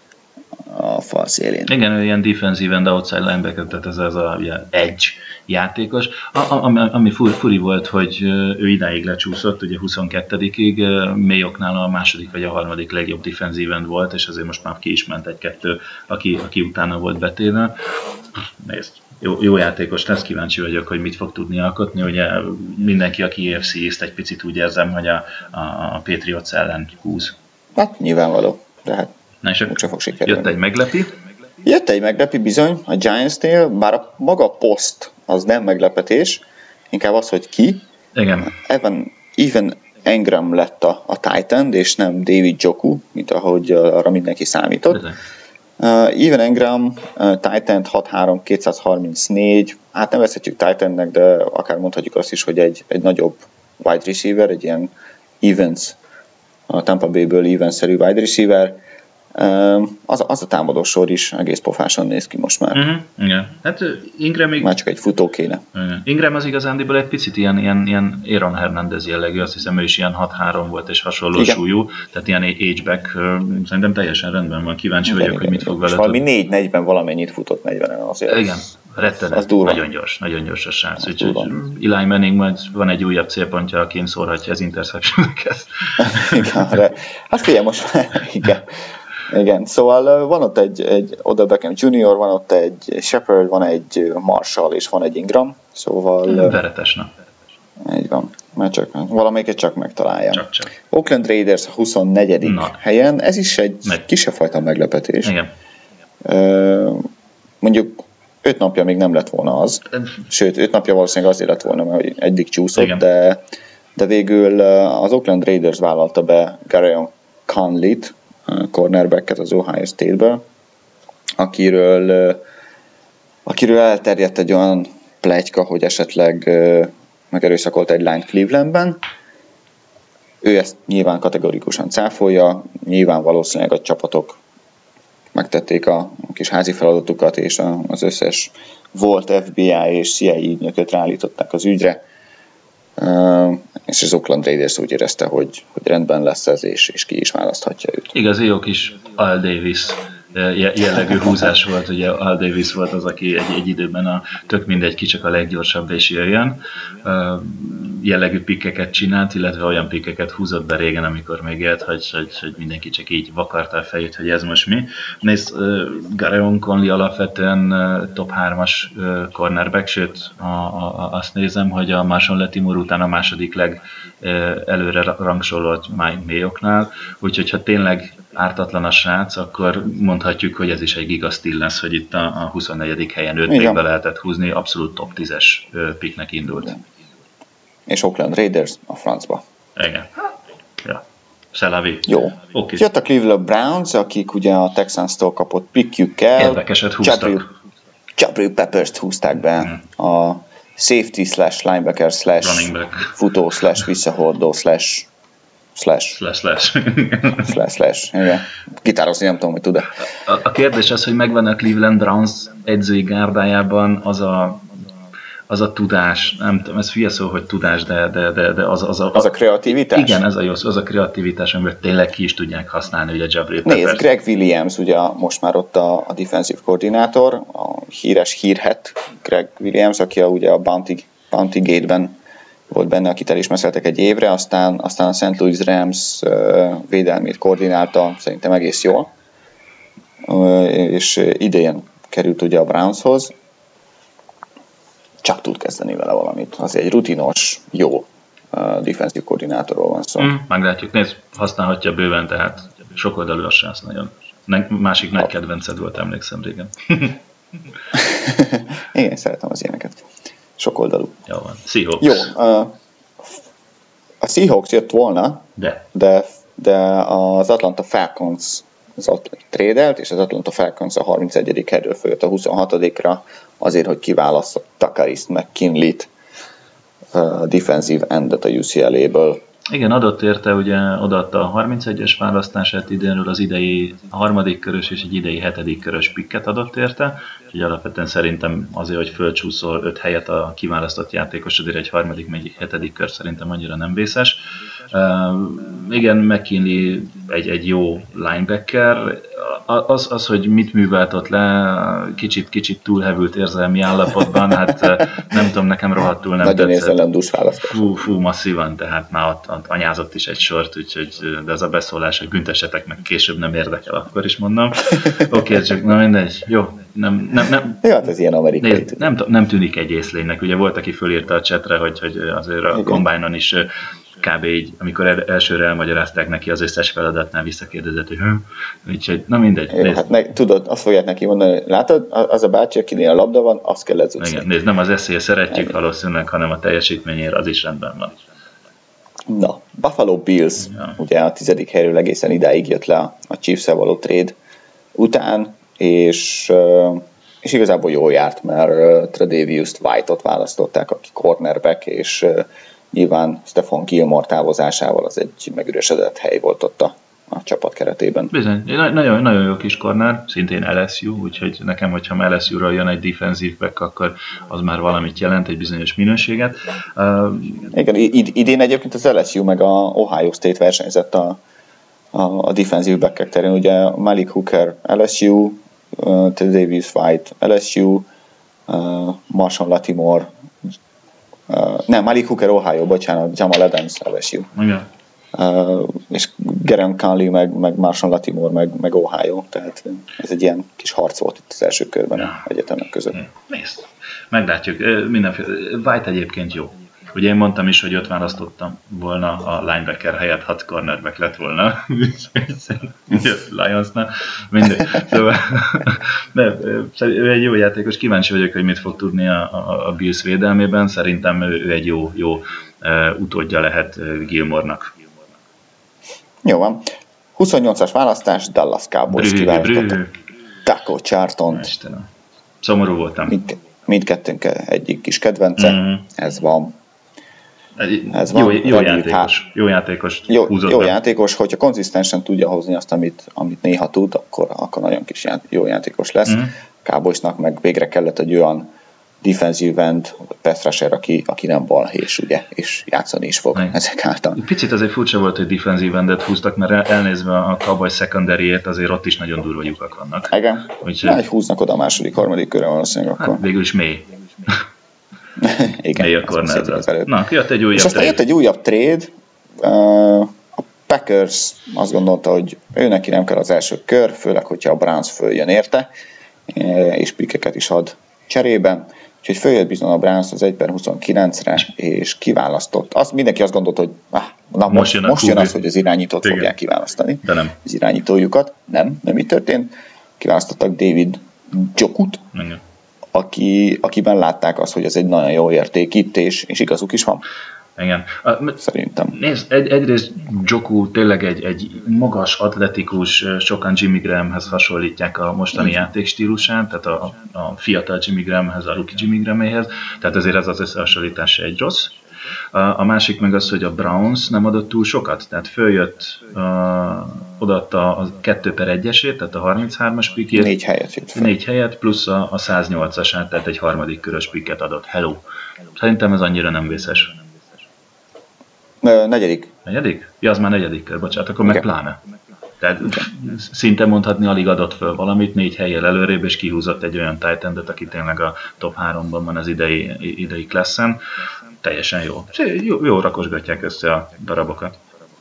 a fal szélén. Igen, ő ilyen defensive and outside linebacker, tehát ez az a ilyen edge játékos. A, a, ami ami furi volt, hogy ő idáig lecsúszott, ugye huszonkettedik Mayoknál a második vagy a harmadik legjobb defensive end volt, és azért most már ki is ment egy-kettő, aki, aki utána volt betéve. Nézd, jó, jó játékos lesz, kíváncsi vagyok, hogy mit fog tudni alkotni. Ugye mindenki, aki á ef cé-t egy picit úgy érzem, hogy a, a Patriots ellen húz. Hát nyilvánvaló, de hát na és fog jött egy meglepi? Jött egy meglepi bizony a Giants-nél, bár a maga poszt az nem meglepetés, inkább az, hogy ki. Igen. Evan, Evan Engram lett a, a Titan, és nem David Njoku, mint ahogy arra mindenki számított. Uh, Evan Engram, uh, Titan hat három kétszázharmincnégy, hát nevezhetjük Titannek, de akár mondhatjuk azt is, hogy egy, egy nagyobb wide receiver, egy ilyen Evans, a Tampa Bay-ből Evans-szerű wide receiver. Az, az a támadó sor is egész pofásan néz ki most már. Uh-huh, igen. Hát Ingram még... Már csak egy futó kéne. Igen. Ingram az igazándiból egy picit ilyen, ilyen, ilyen Aaron Hernandez jellegű, azt hiszem ő is ilyen hat három volt és hasonló igen. súlyú, tehát ilyen age-back, szerintem teljesen rendben van, kíváncsi igen, vagyok, igen, hogy mit igen. fog vele. Valami négy negyven valamennyit futott negyvenen azért. Igen, rettenet, nagyon gyors, nagyon gyors a srác, úgyhogy Eli Manning majd van egy újabb célpontja, akin szórhatja az interception-öket. Igen, hát figyelj most, igen. Igen, szóval van ott egy, egy Odell Beckham junior, van ott egy Shepard, van egy Marshall és van egy Ingram, szóval... Veretesna. Így van. Mert csak, valamelyiket csak megtalálja. Csak, csak. Oakland Raiders a huszonnegyedik Na. helyen, ez is egy Meg. kisebb fajta meglepetés. Igen. Uh, mondjuk öt napja még nem lett volna az, sőt, öt napja valószínűleg azért lett volna, mert eddig csúszott, de, de végül az Oakland Raiders vállalta be Gareon Conley-t, cornerbacket az Ohio State-ből, akiről, akiről elterjedt egy olyan pletyka, hogy esetleg megerőszakolt egy lányt Clevelandben. Ő ezt nyilván kategorikusan cáfolja, nyilván valószínűleg a csapatok megtették a kis házi feladatukat, és az összes volt ef bé i és cé i á ügynököt ráállították az ügyre, és az Oakland Raiders úgy érezte, hogy, hogy rendben lesz ez, és, és ki is választhatja őt. Igazi jó kis Al Davis jellegű húzás volt, ugye Al Davis volt az, aki egy, egy időben a tök mindegy, ki csak a leggyorsabb és jöjjön. Jellegű pikkeket csinált, illetve olyan pikkeket húzott be régen, amikor még élt, hogy, hogy, hogy mindenki csak így vakarta a fejét, hogy ez most mi. Nézd, Gareon Conley alapvetően top hármas cornerback, sőt a, a, azt nézem, hogy a Marshawn Lattimore után a második leg előre rangsorolt Mike Mayoknál, úgyhogy ha tényleg ártatlan a srác, akkor mondhatjuk, hogy ez is egy gigasztil lesz, hogy itt a, a huszonnegyedik helyen őt még be lehetett húzni, abszolút top tízes picknek indult. Igen. És Oakland Raiders a francba. Igen. Ja. Szelavi. Jó. Okay. Jött a Cleveland Browns, akik ugye a Texans-tól kapott pickjükkel. Érdekeset húztak. Jabril Peppers-t húzták be. Mm. A safety slash linebacker slash futó slash visszahordó slash slash slash slash slash slash, igen. Gitározni nem tudom, hogy tud-e. A, a kérdés az, hogy megvan a Cleveland Browns edzői gárdájában az a az a tudás, nem tudom, ez hülye szó, hogy tudás, de, de, de, de az, az, a, az a kreativitás? Igen, ez a jó szó, az a kreativitás, amivel tényleg ki is tudják használni, ugye Jabril Peppers. Nézd, Greg Williams, ugye most már ott a, a defensive koordinátor, a híres hírhet Greg Williams, aki a, ugye a Bounty, Bounty Gate-ben volt benne, akit el is meséltek egy évre, aztán, aztán a Saint Louis Rams uh, védelmét koordinálta, szerintem egész jól, uh, és idén került ugye a Brownshoz, csak tud kezdeni vele valamit. Az egy rutinos, jó uh, defensive koordinátorról van szó. Mm, meglátjuk, nézd, használhatja bőven, tehát sokoldalú a srác nagyon. Ne, másik nagy kedvenced volt, emlékszem régen. Igen, szeretem az ilyeneket. Sokoldalú. Jó van. Seahawks. Jó, uh, a Seahawks jött volna, de, de, de az Atlanta Falcons az trédelt, és az Atlanta Falcons a harmincegyedik helyről följött a huszonhatodikra azért, hogy kiválasztott Takaris McKinley-t, uh, defensive endet a u cé el á-ből. Igen, adott érte, ugye odaadta a harmincegyes választását idénről, az idei harmadik körös és egy idei hetedik körös pikket adott érte, úgyhogy alapvetően szerintem azért, hogy fölcsúszol öt helyet a kiválasztott játékosodért, egy harmadik, meg egy hetedik kör szerintem annyira nem vészes. Uh, igen, McKinley egy, egy jó linebacker, az, az, hogy mit művelt ott le, kicsit, kicsit túlhevült érzelmi állapotban, hát nem tudom, nekem rohadtul nem nagyon tetszett. Nagyon érzelem választás. Fú, fú, masszívan, tehát már ott, ott anyázott is egy sort, úgyhogy, de ez a beszólás, hogy büntessetek meg, később nem érdekel, akkor is mondom. Oké, okay, csak na mindegy, jó, nem, nem, nem. Jó, hát ez ilyen amerikai. Nézd, nem, nem tűnik egy észlénynek, ugye volt, aki fölírta a chatre, hogy, hogy azért a Combine-on is kb. Így, amikor elsőre elmagyarázták neki az összes feladatnál, visszakérdezett, hogy hm, úgyhogy, na mindegy. Jó, hát ne, tudod, azt fogják neki mondani, látod, az a bácsi, akinél a labda van, azt kell lezúzni. Igen, nézd, nem az eszélye szeretjük igen. valószínűleg, hanem a teljesítményért az is rendben van. Na, Buffalo Bills, ja. ugye a tizedik helyről egészen idáig jött le a, a Chiefs-el való trade után, és, és igazából jól járt, mert Tre'Davious White-ot választották, aki cornerback, és nyilván Stephon Gilmore távozásával az egy megüresedett hely volt ott a, a csapat keretében. Bizony, nagyon, nagyon jó kis corner, szintén el es u, úgyhogy nekem, hogyha el es u-ról jön egy defensive back, akkor az már valamit jelent, egy bizonyos minőséget. Uh, Igen, id- idén egyébként az el es u meg a Ohio State versenyzett a, a, a defensive back-ek terén, ugye Malik Hooker el es u, uh, Tre'Davious White el es u, uh, Marshawn Lattimore, Uh, nem, Malik Hooker Ohio, bocsánat, Jamal Adams el es u. Igen. Uh, és Gareon Conley meg, meg Marshawn Lattimore meg, meg Ohio, tehát ez egy ilyen kis harc volt itt az első körben ja. egyetemek között. Nézd, meglátjuk, mindenféle, White egyébként jó. Ugye én mondtam is, hogy öt választottam volna a linebacker helyett, hat cornerback lett volna Lionsnál. Mindegy. Szóval, de, ő egy jó játékos, kíváncsi vagyok, hogy mit fog tudni a, a, a Bills védelmében. Szerintem ő, ő egy jó, jó uh, utódja lehet uh, Gilmore-nak. Jó van. huszonnyolcas választás, Dallas Cowboys kiválasztotta Taco Charlton-t. Istenem. Szomorú voltam. Mind, mindkettőnk egyik kis kedvence. Mm. Ez van. Ez van. Jó, jó játékos. Jó játékos. Jó, jó játékos, hogyha konzisztensen tudja hozni azt, amit, amit néha tud, akkor, akkor nagyon kis ját, jó játékos lesz. Mm. Cowboysnak meg végre kellett egy olyan defensive end, pass rusher, aki, aki nem balhés, ugye, és játszani is fog Igen. ezek által. Picit azért furcsa volt, hogy defensive endet húztak, mert elnézve a Cowboys secondary-ét azért ott is nagyon durva lyukak vannak. Igen, Úgyhogy... Na, húznak oda a második, harmadik körre valószínűleg hát, akkor. Végül is mély. Igen, mély a cornerben. Na, jött egy újabb és aztán jött egy újabb trade. A Packers azt gondolta, hogy ő neki nem kell az első kör, főleg, hogyha a Browns följön érte, és pikkeket is ad cserében. Úgyhogy följött bizony a Browns az egy per huszonkilencre, és kiválasztott. Azt, mindenki azt gondolta, hogy ah, na, most, most, jön, most jön az, hogy az irányítót Igen. fogják kiválasztani. De nem. Az irányítójukat. Nem, nem így történt. Kiválasztottak David Njokut, aki, akiben látták azt, hogy ez egy nagyon jó érték itt, és, és igazuk is van. Igen. Szerintem. Nézd, egy, egyrészt Njoku tényleg egy, egy magas, atletikus, sokan Jimmy Grahamhez hasonlítják a mostani mm. játékstílusát, tehát a, a fiatal Jimmy Grahamhez, a rookie Jimmy Grahamhez, tehát azért ez az összehasonlítás egy rossz. A, a másik meg az, hogy a Browns nem adott túl sokat, tehát följött, uh, odaadta a kettő per egyesét, tehát a harminchármas pickét. Négy helyet jött fel. Négy helyet, plusz a, a száznyolcasát, tehát egy harmadik körös picket adott. Hello. Szerintem ez annyira nem vészes. Negyedik. Negyedik? Ja, az már negyedik kör, bocsánat, akkor meg pláne. Tehát szinte mondhatni alig adott föl valamit, négy helyen előrébb, és kihúzott egy olyan tight endet, aki tényleg a top háromban van az idei, idei klasszen. Teljesen jó. Jó, jó rakosgatják össze a darabokat.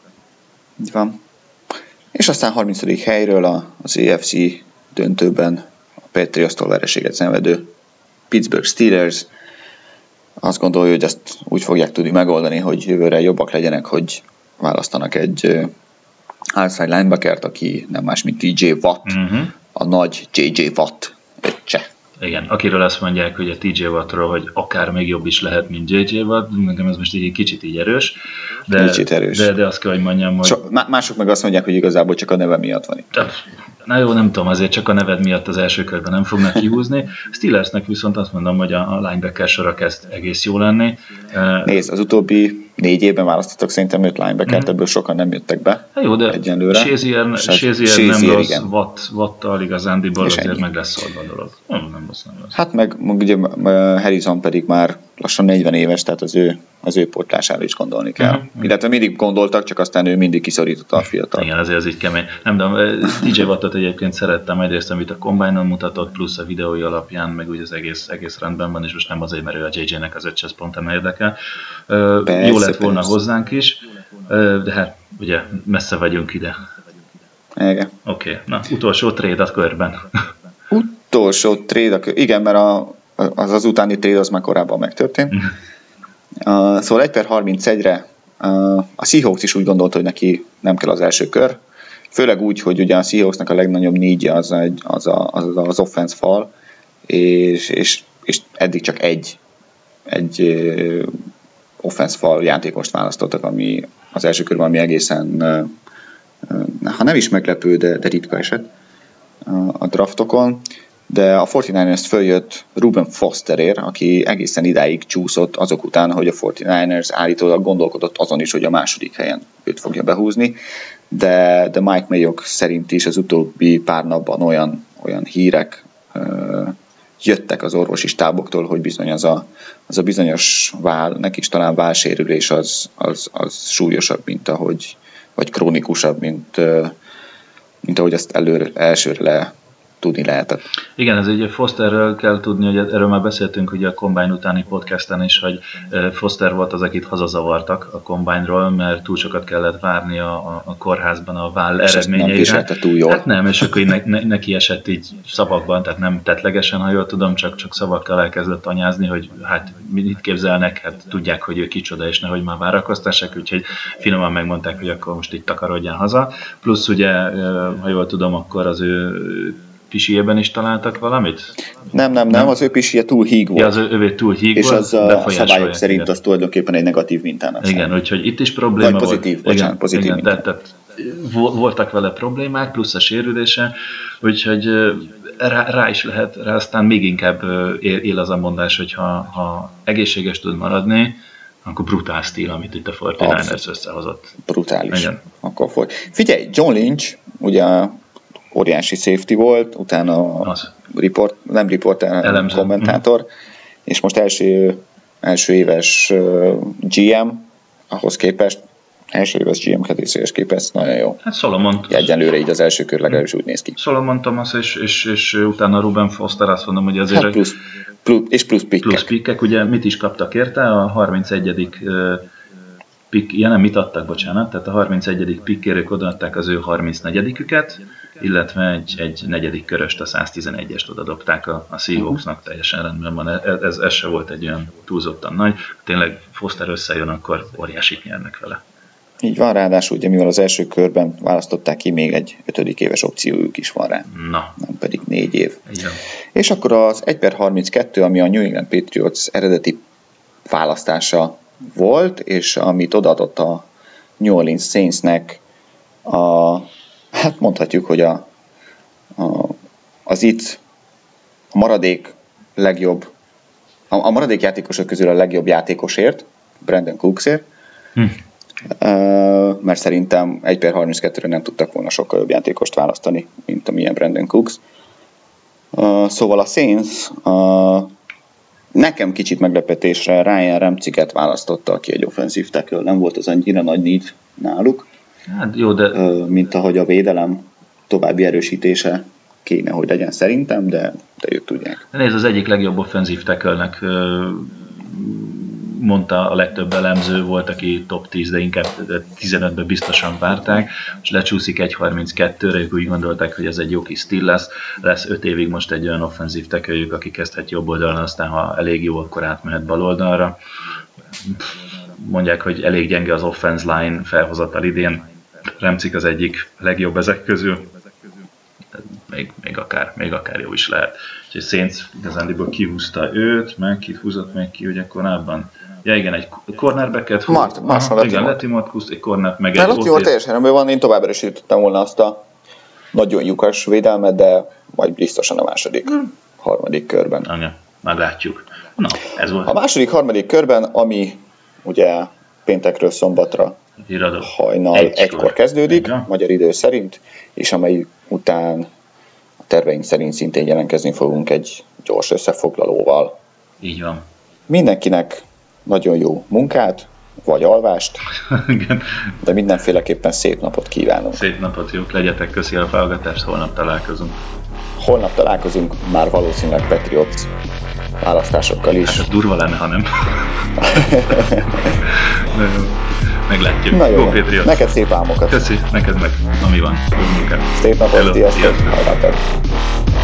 Így van. És aztán harmincadik helyről az á ef cé döntőben a Patriots-tól vereséget szenvedő Pittsburgh Steelers azt gondolja, hogy ezt úgy fogják tudni megoldani, hogy jövőre jobbak legyenek, hogy választanak egy outside linebackert, aki nem más, mint té jé Watt, uh-huh. a nagy jé jé Watt öccse. Igen, akiről azt mondják, hogy a té jé Wattról, hogy akár még jobb is lehet, mint jé jé Watt, nekem ez most egy kicsit így erős, de, kicsit erős. de, de azt kell, hogy mondjam, hogy... So, mások meg azt mondják, hogy igazából csak a neve miatt van itt. Na jó, nem tudom, azért csak a neved miatt az első körben nem fognak kihúzni. Steelersnek viszont azt mondom, hogy a linebacker sora kezd egész jó lenni. Nézd, az utóbbi négy évben választottak szerintem öt linebackert, mm-hmm. ebből sokan nem jöttek be. Hát jó, de Shazier nem rossz, Watt, Watt-tal igazándiból azért ennyi. Meg lesz szólva a dolog. Nem, nem rossz, nem rossz. Hát meg ugye Harrison pedig már lassan negyven éves, tehát az ő, az ő pótlására is gondolni kell. Mm-hmm. Illetve mindig gondoltak, csak aztán ő mindig kiszorította a fiatal. Igen, azért az így kemény. Nem tudom, té jé Wattot egyébként szerettem egyrészt, amit a Combine-on mutatott, plusz a videói alapján, meg úgy az egész, egész rendben van, és most nem azért, mert ő a jé jének az öccse, pont nem érdekel. Persze, jó lett volna persze. hozzánk is, de hát ugye messze vagyunk ide. Igen. Oké, okay. Na, utolsó trade a körben. Utolsó trade a körben, igen, mert a, az az utáni trade az már korábban megtörtént. uh, szóval egy per harmincegyre uh, a Seahawks is úgy gondolta, hogy neki nem kell az első kör, főleg úgy, hogy ugye a Seahawksnak a legnagyobb négyje az, egy, az, a, az, az offense fal, és, és, és eddig csak egy, egy uh, offense fal játékost választottak, ami az első körben, ami egészen, uh, uh, ha nem is meglepő, de, de ritka eset uh, a draftokon, de a negyvenkilencest följött Ruben Fosterért, aki egészen idáig csúszott azok után, hogy a negyvenkilences állítólag gondolkodott azon is, hogy a második helyen őt fogja behúzni, de, de Mike Mayock szerint is az utóbbi pár napban olyan, olyan hírek uh, jöttek az orvosi stáboktól, hogy bizony az a, az a bizonyos vál, neki is talán válsérülés az, az, az súlyosabb, mint ahogy, vagy krónikusabb, mint, uh, mint ahogy azt előre, elsőre le tudni lehetett. Igen, ez ugye Fosterről kell tudni, hogy erről már beszéltünk ugye a Combine utáni podcasten is, hogy Foster volt az, akit hazazavartak a Combine-ról, mert túl sokat kellett várni a, a kórházban a váll eredményeire. Nem túl jól. Hát nem, és akkor ne, ne, neki esett így szavakban, tehát nem tettlegesen, ha jól tudom, csak, csak szavakkal elkezdett anyázni, hogy hát mit képzelnek, hát tudják, hogy ő kicsoda, és nehogy már várakoztassák, úgyhogy finoman megmondták, hogy akkor most itt takarodján haza. Plusz ugye, ha jól tudom, akkor az ő pisijében is találtak valamit? Nem, nem, nem, az ő pisije túl híg volt. Ja, az ő túl híg és volt, az a szabályok szerint igen. Az tulajdonképpen egy negatív mintának. Igen, számít. Úgyhogy itt is probléma Vagy pozitív, volt. Bocsánat, igen, pozitív igen, tehát, tehát voltak vele problémák, plusz a sérülése, úgyhogy rá, rá is lehet, rá aztán még inkább él, él az a mondás, hogy ha, ha egészséges tud maradni, akkor brutál stíl, amit itt a negyvenkilencesek összehozott. Brutális. Igen. Akkor folyt. Figyelj, John Lynch, ugye óriási safety volt, utána report, nem riporter, hanem kommentátor, mm. és most első, első éves gé em, ahhoz képest, első éves gé em kedvészéhez képest nagyon jó. Hát Solomon. Egyelőre így az első kör legalábbis úgy néz ki. Solomon Thomas és, és, és utána Ruben Foster, azt mondom, hogy azért... Hát plusz, plusz, és plusz pikkek. Plusz pikkek, ugye mit is kaptak érte? A harmincegyedik pick, ja nem, mit adtak, bocsánat, tehát a harmincegyedik pikkérők odaadták az ő harmincnegyediküket, illetve egy, egy negyedik köröst, a száztizenegyest odadobták a, a Seahawksnak, teljesen rendben van, ez, ez, ez se volt egy olyan túlzottan nagy, tényleg Foster összejön, akkor óriásit nyernek vele. Így van, ráadásul ugye mivel az első körben választották ki, még egy ötödik éves opciójuk is van rá, Na. nem pedig négy év. Igen. És akkor az egy per harminckettő, ami a New England Patriots eredeti választása volt, és amit odaadott a New Orleans Saintsnek, a, hát mondhatjuk, hogy a, a, az itt a maradék legjobb, a, a maradék játékosok közül a legjobb játékosért, Brandon Cooksért, hm. uh, mert szerintem egy per harminckettőre nem tudtak volna sokkal jobb játékost választani, mint amilyen Brandon Cooks. Uh, szóval a Saints uh, nekem kicsit meglepetésre Ryan Ramczyket választotta, aki egy offensive tackle, nem volt az annyira nagy need náluk, hát jó, de... mint ahogy a védelem további erősítése kéne, hogy legyen szerintem, de, de ők tudják. Nézd, az egyik legjobb offensive tackle-nek mondta a legtöbb elemző, volt, aki top tíz, de inkább tizenötben biztosan várták, és lecsúszik egy harminckettőre, ők úgy gondolták, hogy ez egy jó kis stíl lesz, lesz öt évig most egy olyan offenzív tackle-jük, aki kezdhet jobb oldalon, aztán ha elég jó, akkor átmehet bal oldalra. Mondják, hogy elég gyenge az offense line felhozatal idén, Ramczyk az egyik legjobb ezek közül, még, még, akár, még akár jó is lehet. Úgyhogy Saints igazándiból kihúzta őt, meg kihúzott még ki, ugye korábban. Ja igen, egy cornerbacket húzott. Mart, Marshall igen, Latimore húzt, egy cornert, meg egy... Latimore teljesen rendben van, én tovább erősítettem volna azt a nagyon lyukas védelmet, de majd biztosan a második, hmm. harmadik körben. Anya, már látjuk. Na, ez volt. A második, harmadik körben, ami ugye péntekről szombatra Iradó. hajnal egykor, egykor kezdődik, Egyen. magyar idő szerint, és amely után a terveink szerint szintén jelentkezni fogunk egy gyors összefoglalóval. Így van. Mindenkinek nagyon jó munkát, vagy alvást, de mindenféleképpen szép napot kívánunk. Szép napot, jók legyetek, köszi a hallgatást, holnap találkozunk. Holnap találkozunk, már valószínűleg Patriots választásokkal is. Hát ez durva lenne, ha nem. Meglátjuk. Na jó, jó neked szép álmokat. Köszi, neked meg, ami van. Szép napot, sziasztok.